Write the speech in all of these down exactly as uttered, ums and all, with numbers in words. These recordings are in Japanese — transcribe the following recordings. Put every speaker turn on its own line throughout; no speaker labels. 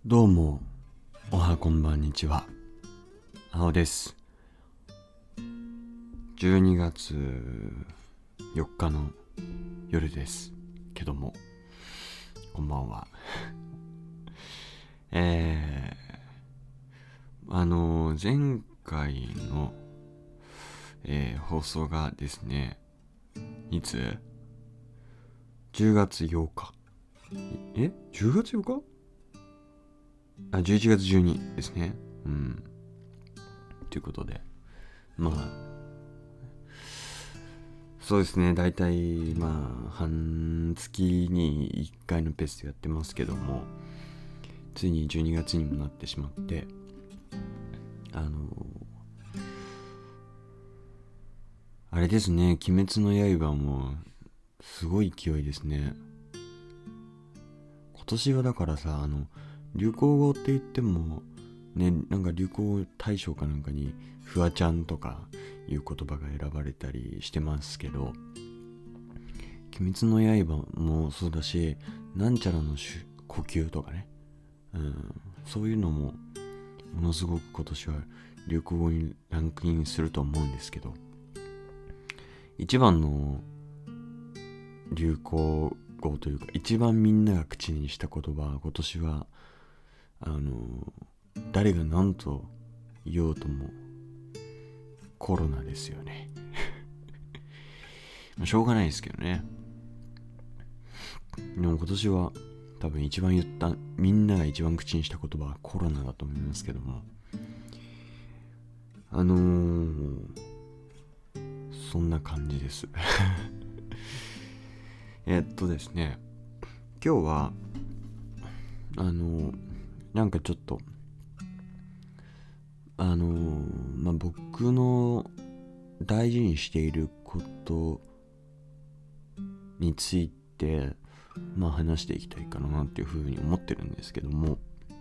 どうも、おはこんばんにちは。あおです。じゅうにがつよっかの夜ですけども、こんばんは。えー、あの前回の、えー、放送がですね、いつ ?じゅうがつようか。え ?じゅうがつようかあ、じゅういちがつじゅうにですね。うん。ということで、まあ、そうですね、大体まあ半月にいっかいのペースでやってますけども、ついにじゅうにがつにもなってしまって、あのあれですね、鬼滅の刃もすごい勢いですね。今年はだからさ、あの流行語って言ってもね、なんか流行語大賞かなんかにフワちゃんとかいう言葉が選ばれたりしてますけど、鬼滅の刃もそうだし、なんちゃらの呼吸とかね、うん、そういうのもものすごく今年は流行語にランクインすると思うんですけど、一番の流行語というか一番みんなが口にした言葉は今年はあの誰が何と言おうともコロナですよね。しょうがないですけどね。でも今年は多分一番言ったみんなが一番口にした言葉はコロナだと思いますけども、あのー、そんな感じです。えっとですね、今日はあのー、なんかちょっとあのー、まあ僕の大事にしていることについてまあ話していきたいかなっていうふうに思ってるんですけども、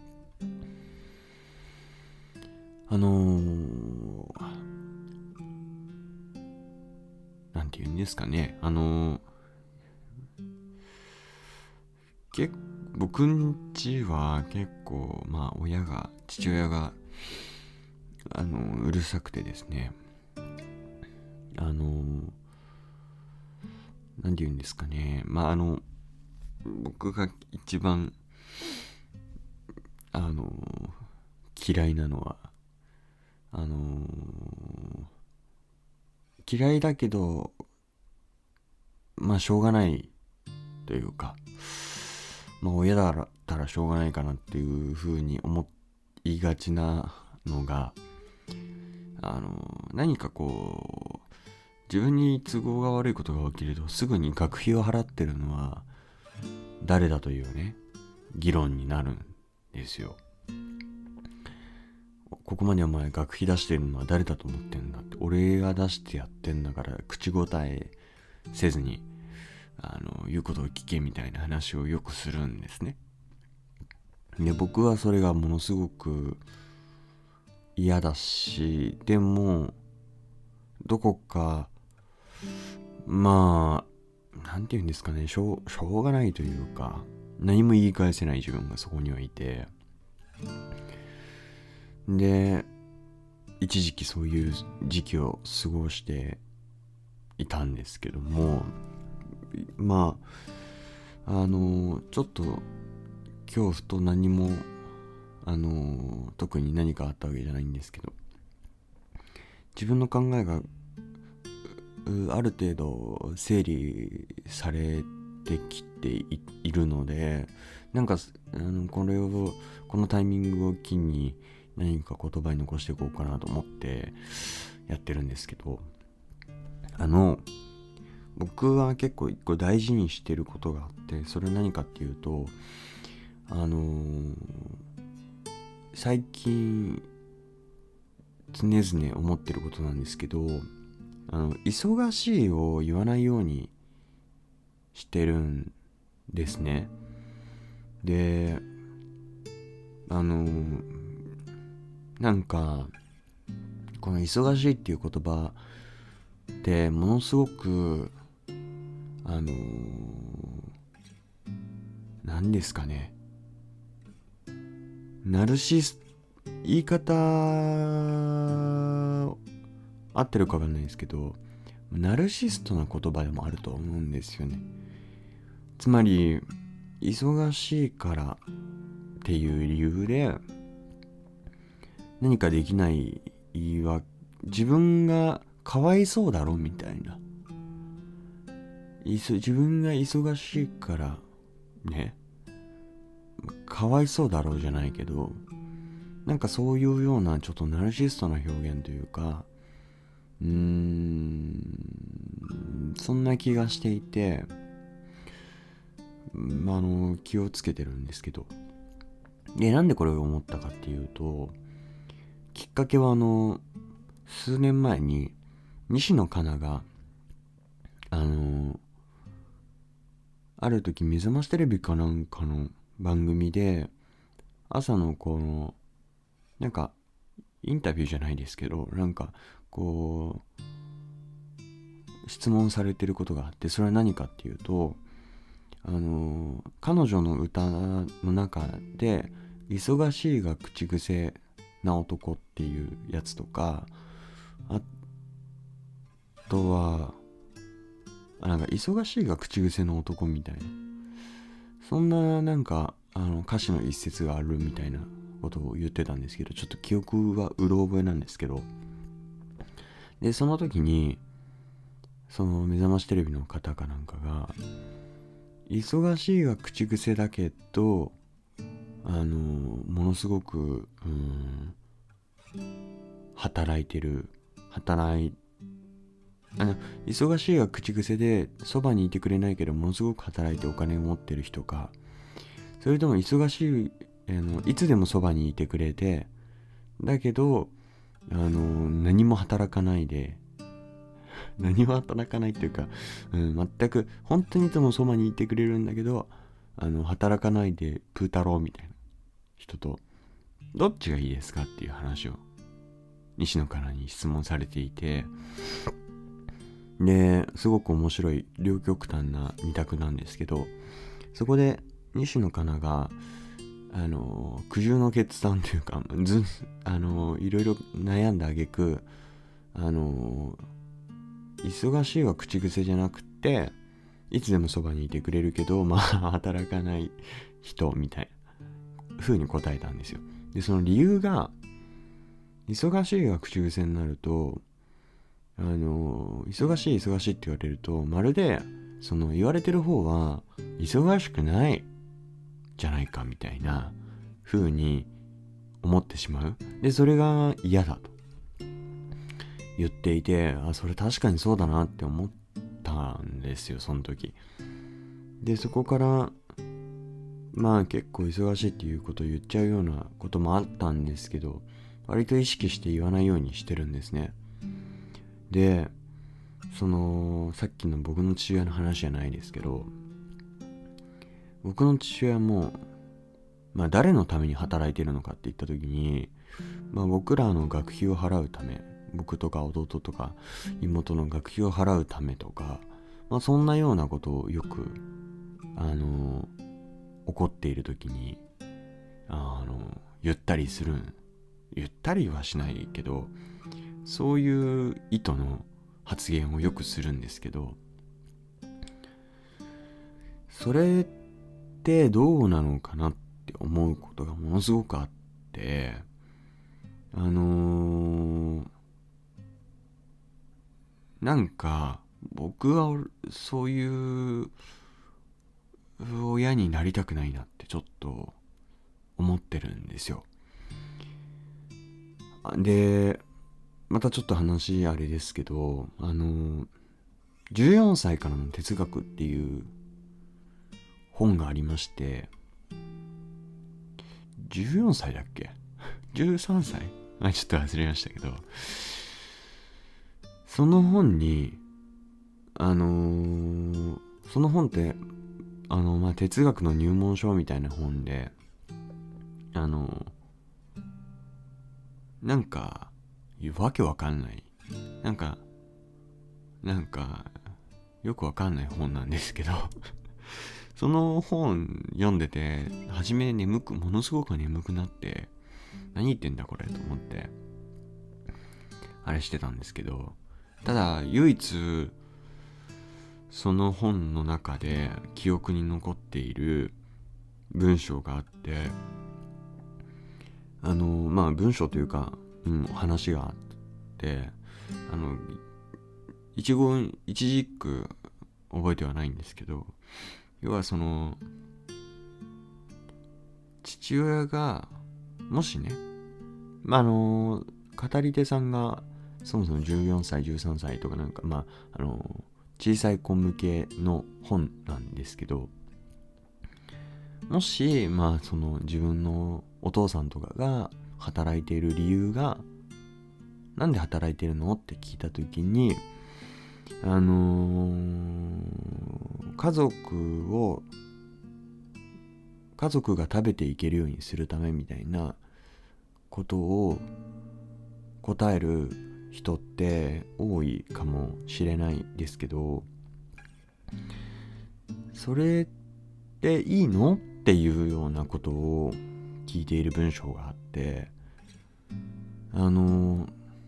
あのー、なんて言うんですかね、あのー、結僕んちは結構まあ親が父親があのー、うるさくてですね、あのー、なんて言うんですかね、まああの僕が一番あの嫌いなのはあの嫌いだけどまあしょうがないというか、まあ親だったらしょうがないかなっていう風に思いがちなのが、あの何かこう自分に都合が悪いことが起きるとすぐに学費を払ってるのは誰だというね議論になるんですよ。ここまでお前学費出してるのは誰だと思ってんだって、俺が出してやってんだから口答えせずにあの言うことを聞けみたいな話をよくするんですね。で僕はそれがものすごく嫌だし、でもどこかまあなんて言うんですかね、しょう、しょうがないというか、何も言い返せない自分がそこにはいて、で一時期そういう時期を過ごしていたんですけども、まああのちょっと今日ふと何もあの特に何かあったわけじゃないんですけど、自分の考えがある程度整理されてきて い, いるので、なんかあのこれをこのタイミングを機に何か言葉に残していこうかなと思ってやってるんですけど、あの僕は結構一個大事にしてることがあって、それは何かっていうと、あのー、最近常々思ってることなんですけど、あの忙しいを言わないようにしてるんですね。で、あのなんかこの忙しいっていう言葉ってものすごくあの何ですかね、 ナルシス言い方合ってるかわかんないですけど、ナルシストな言葉でもあると思うんですよね。つまり忙しいからっていう理由で何かできない言い訳、自分がかわいそうだろみたいな、自分が忙しいからね、かわいそうだろうじゃないけど、なんかそういうようなちょっとナルシストな表現というか、うーんそんな気がしていて、まあ、あの気をつけてるんですけど、でなんでこれを思ったかっていうと、きっかけはあの数年前に西野カナがあのある時目覚ましテレビかなんかの番組で朝のこのなんかインタビューじゃないですけど、なんかこう質問されてることがあって、それは何かっていうと、あの彼女の歌の中で忙しいが口癖な男っていうやつとか、あとはなんか忙しいが口癖の男みたいな、そんななんかあの歌詞の一節があるみたいなことを言ってたんですけど、ちょっと記憶はうろ覚えなんですけど、でその時にその目覚ましテレビの方かなんかが、忙しいが口癖だけどあのものすごくうーん働いてる働いあの忙しいが口癖でそばにいてくれないけどものすごく働いてお金を持ってる人か、それとも忙しいあのいつでもそばにいてくれてだけどあの何も働かないで何も働かないっていうか、うん、全く本当にいつもそばにいてくれるんだけどあの働かないでプー太郎みたいな人とどっちがいいですかっていう話を西野カナに質問されていて、ですごく面白い両極端な二択なんですけど、そこで西野カナがあの苦渋の決断というかずあのいろいろ悩んだ挙句、あの忙しいは口癖じゃなくていつでもそばにいてくれるけどまあ働かない人みたいな風に答えたんですよ。でその理由が、忙しいが口癖になるとあの忙しい忙しいって言われるとまるでその言われてる方は忙しくないじゃないかみたいな風に思ってしまう。でそれが嫌だと言っていて、あそれ確かにそうだなって思ったんですよその時で。そこからまあ結構忙しいっていうことを言っちゃうようなこともあったんですけど、割と意識して言わないようにしてるんですね。でそのさっきの僕の父親の話じゃないですけど、僕の父親もまあ誰のために働いてるのかって言った時に、まあ僕らの学費を払うため、僕とか弟とか妹の学費を払うためとか、まあそんなようなことをよくあの怒っている時にあの言ったりする言ったりはしないけど、そういう意図の発言をよくするんですけど、それってどうなのかなって思うことがものすごくあって、あのー、なんか僕はそういう親になりたくないなってちょっと思ってるんですよ。でまたちょっと話あれですけど、あのじゅうよんさいからの哲学っていう本がありまして、じゅうよんさいだっけじゅうさんさいあちょっと忘れましたけど、その本にあのー、その本ってあのまあ哲学の入門書みたいな本で、あのー、なんかわけわかんないなんかなんかよくわかんない本なんですけどその本読んでて初め眠くものすごく眠くなって、何言ってんだこれと思ってあれしてたんですけど、ただ唯一その本の中で記憶に残っている文章があって、あのまあ文章というか、うん、話があって、あの一言一字一句覚えてはないんですけど、要はその父親がもしね、まああの語り手さんがそもそもじゅうよんさいじゅうさんさいとかなんか、まああの小さい子向けの本なんですけど、もしまあその自分のお父さんとかが働いている理由が、なんで働いてるのって聞いたときに、あのー、家族を家族が食べていけるようにするためみたいなことを答える人って多いかもしれないですけど、それでいいのっていうようなことを聞いている文章があって、あの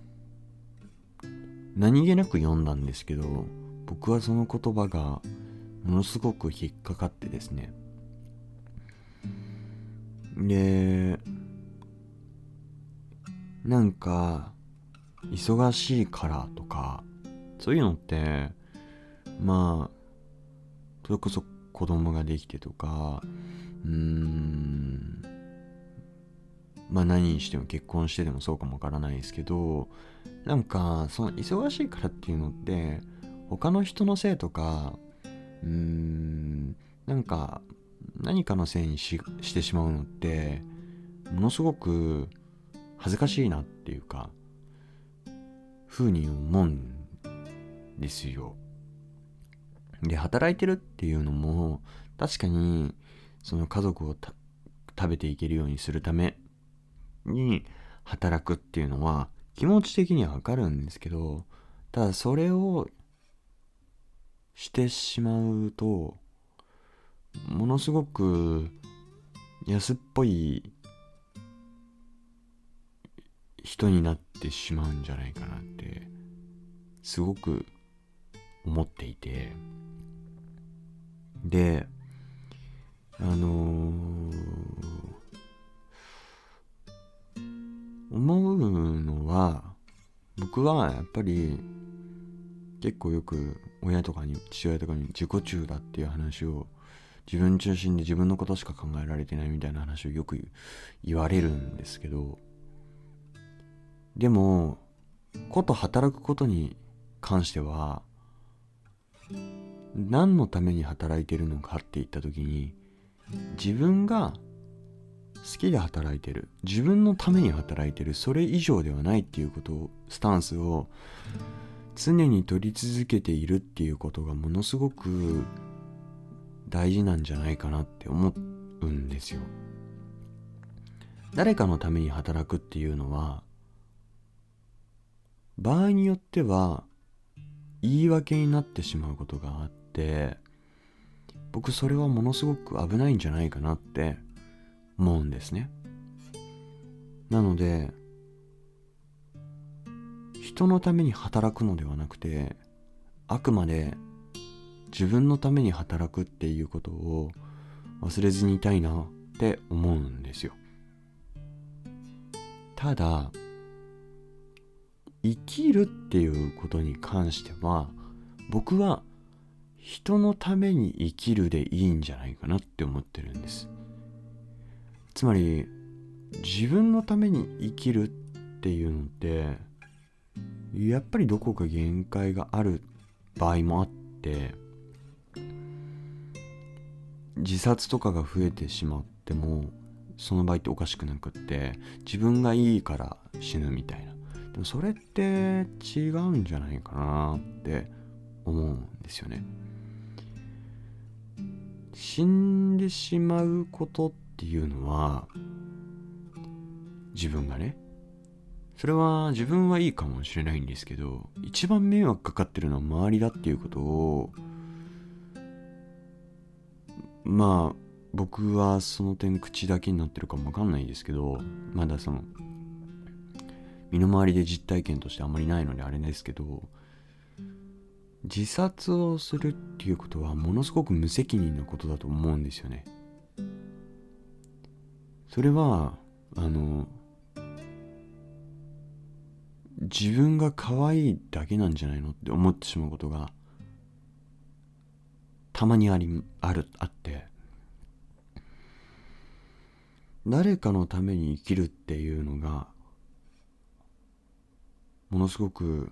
何気なく読んだんですけど、僕はその言葉がものすごく引っかかってですね、でなんか忙しいからとかそういうのって、まあそれこそ子供ができてとか、うーんまあ何にしても結婚してでもそうかもわからないですけど、なんかその忙しいからっていうのって他の人のせいとか、うーんなんか何かのせいに し, してしまうのってものすごく恥ずかしいなっていうかふうに思うんですよ。で、働いてるっていうのも確かにその家族を食べていけるようにするために働くっていうのは気持ち的にはわかるんですけど、ただそれをしてしまうとものすごく安っぽい人になってしまうんじゃないかなってすごく思っていて、であのー、思うのは、僕はやっぱり結構よく親とかに父親とかに自己中だっていう話を、自分中心で自分のことしか考えられてないみたいな話をよく言われるんですけど、でもこと働くことに関しては何のために働いてるのかって言った時に、自分が好きで働いてる、自分のために働いてる、それ以上ではないっていうことを、スタンスを常に取り続けているっていうことがものすごく大事なんじゃないかなって思うんですよ。誰かのために働くっていうのは場合によっては言い訳になってしまうことがあって、僕それはものすごく危ないんじゃないかなって思うんですね。なので人のために働くのではなくて、あくまで自分のために働くっていうことを忘れずにいたいなって思うんですよ。ただ生きるっていうことに関しては、僕は人のために生きるでいいんじゃないかなって思ってるんです。つまり自分のために生きるっていうのってやっぱりどこか限界がある場合もあって、自殺とかが増えてしまってもその場合っておかしくなくって、自分がいいから死ぬみたいな、でもそれって違うんじゃないかなって思うんですよね。死んでしまうことっていうのは、自分がね、それは自分はいいかもしれないんですけど、一番迷惑かかってるのは周りだっていうことをまあ僕はその点口だけになってるかもわかんないですけど、まだその身の回りで実体験としてあんまりないのであれですけど、自殺をするっていうことはものすごく無責任なことだと思うんですよね。それはあの自分が可愛いだけなんじゃないのって思ってしまうことがたまにありあるあって、誰かのために生きるっていうのがものすごく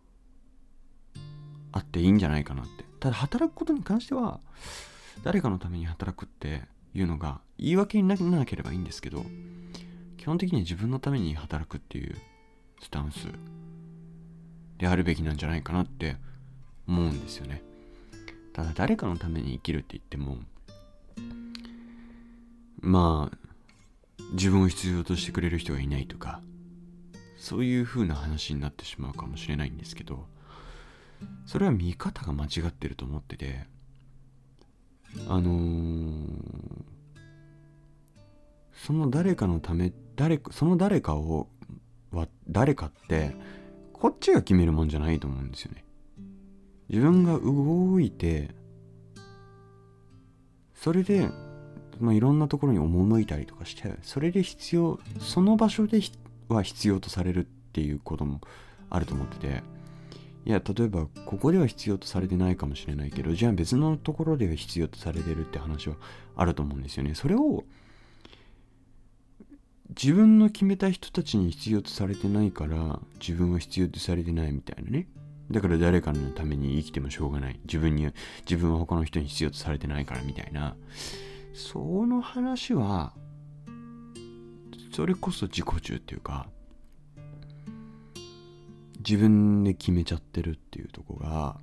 あっていいんじゃないかなって。ただ働くことに関しては誰かのために働くっていうのが言い訳にならなければいいんですけど、基本的には自分のために働くっていうスタンスであるべきなんじゃないかなって思うんですよね。ただ誰かのために生きるって言っても、まあ自分を必要としてくれる人がいないとか、そういう風な話になってしまうかもしれないんですけど、それは見方が間違ってると思ってて、あのー、その誰かのため誰その誰かをは誰かってこっちが決めるもんじゃないと思うんですよね。自分が動いて、それで、まあ、いろんなところに赴いたりとかして、それで必要その場所では必要とされるっていうこともあると思ってて、いや例えばここでは必要とされてないかもしれないけど、じゃあ別のところでは必要とされてるって話はあると思うんですよね。それを自分の決めた人たちに必要とされてないから自分は必要とされてないみたいなね。だから誰かのために生きてもしょうがない、自分に自分は他の人に必要とされてないからみたいな、その話はそれこそ自己中っていうか、自分で決めちゃってるっていうとこが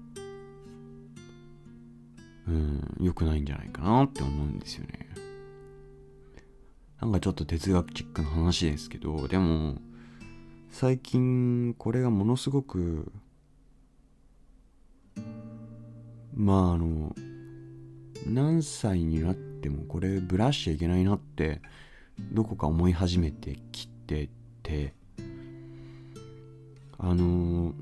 うん良くないんじゃないかなって思うんですよね。なんかちょっと哲学チックな話ですけど、でも最近これがものすごくまああの何歳になってもこれブラしちゃいけないなってどこか思い始めてきてて、あの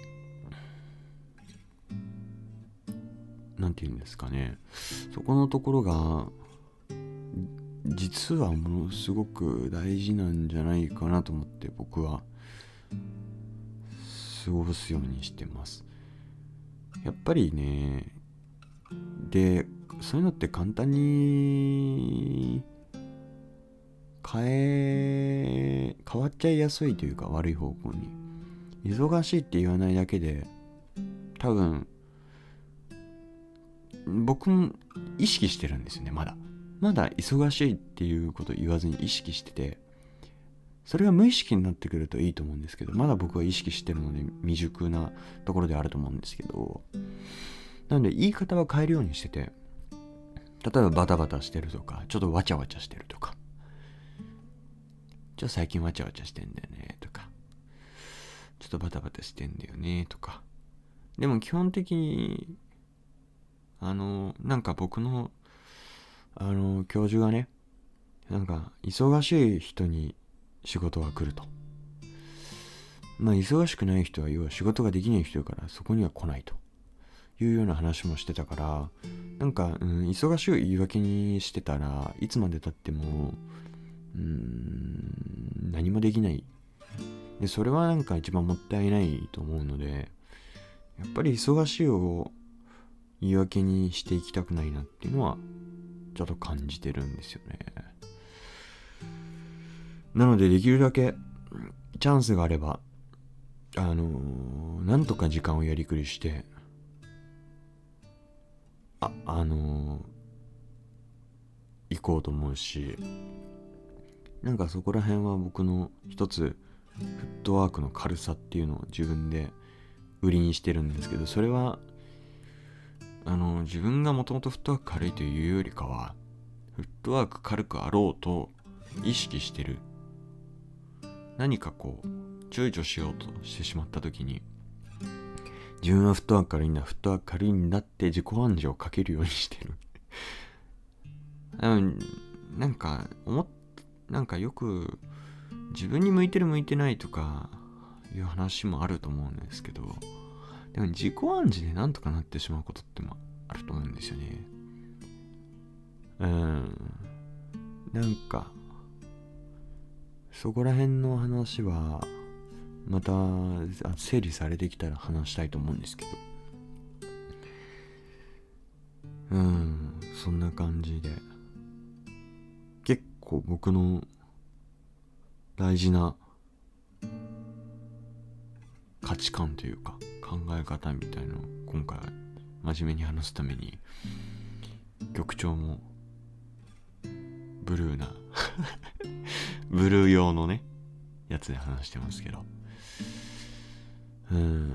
なんて言うんですかね、そこのところが実はものすごく大事なんじゃないかなと思って僕は過ごすようにしてます。やっぱりね、でそういうのって簡単に変え変わっちゃいやすいというか、悪い方向に忙しいって言わないだけで多分僕も意識してるんですよね。まだまだ忙しいっていうことを言わずに意識してて、それが無意識になってくるといいと思うんですけど、まだ僕は意識してるので未熟なところであると思うんですけど、なので言い方は変えるようにしてて、例えばバタバタしてるとか、ちょっとわちゃわちゃしてるとか、ちょっと最近わちゃわちゃしてんだよねとか、ちょっとバタバタしてんだよねとか。でも基本的にあのなんか僕のあの教授がね、なんか忙しい人に仕事が来ると、まあ忙しくない人は要は仕事ができない人だからそこには来ないというような話もしてたから、なんか、うん、忙しい言い訳にしてたらいつまで経ってもうーん何もできないで、それはなんか一番もったいないと思うので、やっぱり忙しいを言い訳にしていきたくないなっていうのはちょっと感じてるんですよね。なのでできるだけチャンスがあればあのー、なんとか時間をやりくりしてああのー、行こうと思うし、なんかそこら辺は僕の一つフットワークの軽さっていうのを自分で売りにしてるんですけど、それはあの自分がもともとフットワーク軽いというよりかは、フットワーク軽くあろうと意識してる、何かこう躊躇しようとしてしまった時に、自分はフットワーク軽いんだフットワーク軽いんだって自己暗示をかけるようにしてるうんなんか思っなんかよく自分に向いてる向いてないとかいう話もあると思うんですけど、でも自己暗示でなんとかなってしまうことってもあると思うんですよね。うんなんかそこら辺の話はまた整理されてきたら話したいと思うんですけど、うんそんな感じで結構僕の大事な価値観というか考え方みたいのを今回真面目に話すために曲調もブルーなブルー用のねやつで話してますけど、うーん、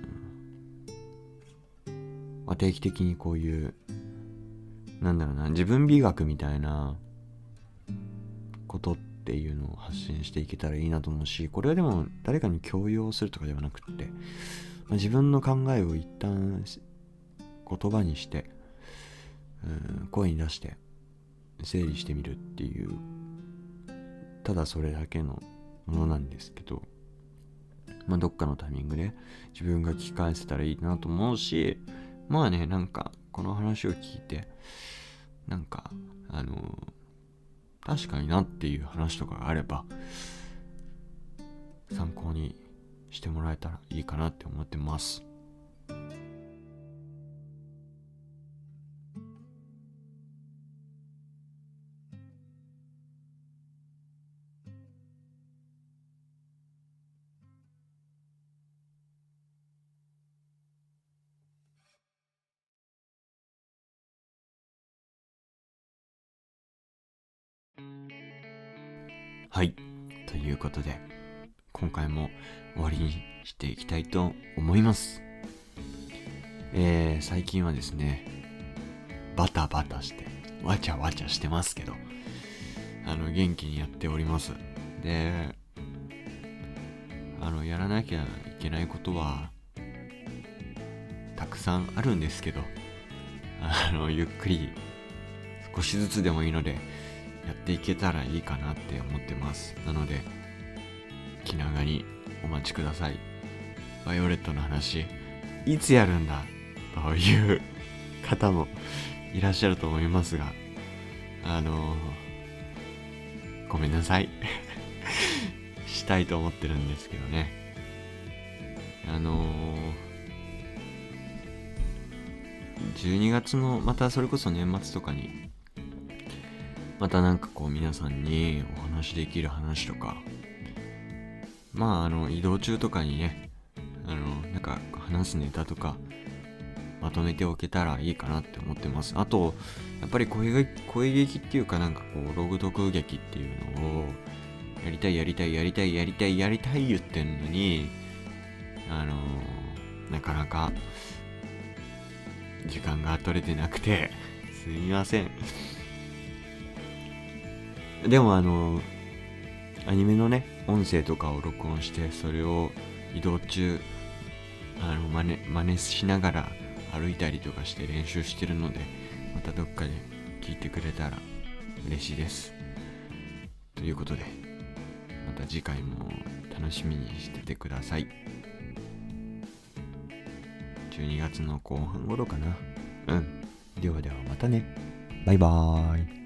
まあ、定期的にこういうなんだろうな自分美学みたいなことっていうのを発信していけたらいいなと思うし、これはでも誰かに強要するとかではなくって、まあ、自分の考えを一旦言葉にして、うん、声に出して整理してみるっていうただそれだけのものなんですけど、まあどっかのタイミングで自分が聞き返せたらいいなと思うし、まあねなんかこの話を聞いてなんかあの確かになっていう話とかがあれば参考にしてもらえたらいいかなって思ってます。はいということで今回も終わりにしていきたいと思います。えー、最近はですねバタバタしてわちゃわちゃしてますけど、あの元気にやっております。であのやらなきゃいけないことはたくさんあるんですけど、あのゆっくり少しずつでもいいのでやっていけたらいいかなって思ってます。なので気長にお待ちください。バイオレットの話いつやるんだという方もいらっしゃると思いますが、あのー、ごめんなさいしたいと思ってるんですけどね。あのー、じゅうにがつのまたそれこそ年末とかにまたなんかこう皆さんにお話できる話とか、まああの移動中とかにねあのなんか話すネタとかまとめておけたらいいかなって思ってます。あとやっぱり声劇、声劇っていうかなんかこう朗読劇っていうのをやりたいやりたいやりたいやりたいやりたい言ってんのに、あのー、なかなか時間が取れてなくてすみません。でもあのー、アニメのね音声とかを録音してそれを移動中あの真似、真似しながら歩いたりとかして練習してるので、またどっかで聞いてくれたら嬉しいです。ということでまた次回も楽しみにしててください。じゅうにがつの後半頃かな。うん。ではではまたね。バイバーイ。